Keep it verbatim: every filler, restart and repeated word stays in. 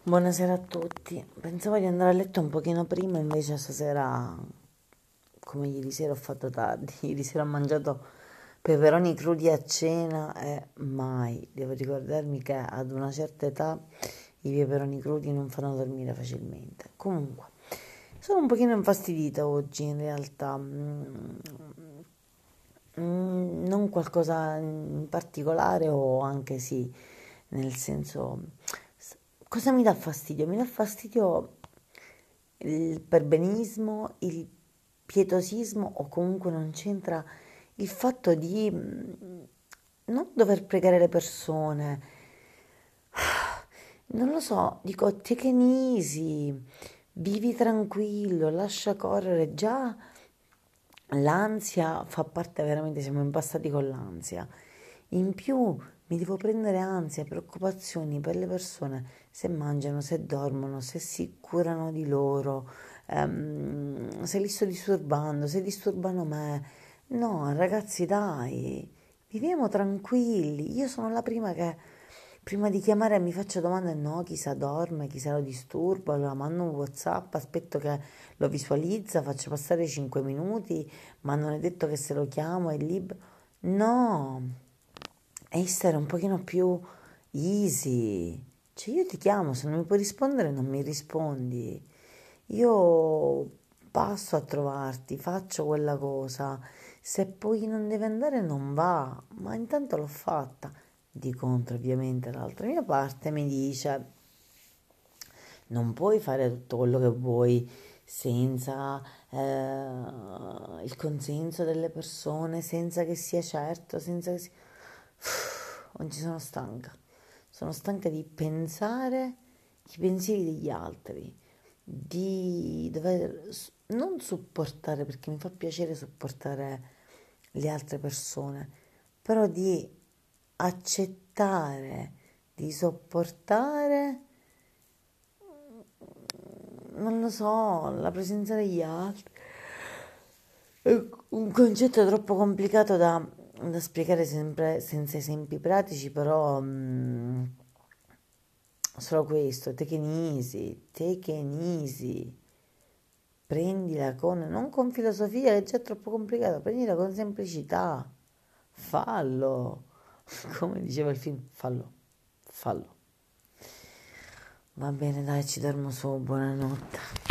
Buonasera a tutti. Pensavo di andare a letto un pochino prima, invece stasera, come ieri sera, ho fatto tardi. Ieri sera ho mangiato peperoni crudi a cena e mai devo ricordarmi che ad una certa età i peperoni crudi non fanno dormire facilmente. Comunque, sono un pochino infastidita oggi in realtà. Mm, mm, non qualcosa in particolare, o anche sì, nel senso, s- cosa mi dà fastidio? Mi dà fastidio il perbenismo, il pietosismo, o comunque non c'entra il fatto di mm, non dover pregare le persone. Non lo so, dico take it easy, vivi tranquillo, lascia correre. Già l'ansia fa parte, veramente siamo impastati con l'ansia. In più mi devo prendere ansia, preoccupazioni per le persone, se mangiano, se dormono, se si curano di loro, ehm, se li sto disturbando, se disturbano me. No, ragazzi, dai, viviamo tranquilli. Io sono la prima che prima di chiamare mi faccio domande, no, chissà dorme, chissà lo disturbo, allora mando un WhatsApp, aspetto che lo visualizza, faccio passare cinque minuti, ma non è detto che se lo chiamo è libero. No, e essere un pochino più easy. Cioè io ti chiamo, se non mi puoi rispondere non mi rispondi. Io passo a trovarti, faccio quella cosa. Se poi non deve andare non va, ma intanto l'ho fatta. Di contro, ovviamente, l'altra mia parte mi dice non puoi fare tutto quello che vuoi senza eh, il consenso delle persone, senza che sia certo, senza che sia... Oggi sono stanca. Sono stanca di pensare i pensieri degli altri, di dover s- non supportare, perché mi fa piacere supportare le altre persone, però di accettare, di sopportare, non lo so, la presenza degli altri. È un concetto troppo complicato da, da spiegare sempre senza esempi pratici, però mm, solo questo, take it easy, take it easy, prendila con, non con filosofia che è già troppo complicato, prendila con semplicità, fallo, come diceva il film, fallo, fallo. Va bene, dai, ci dormo su, buonanotte.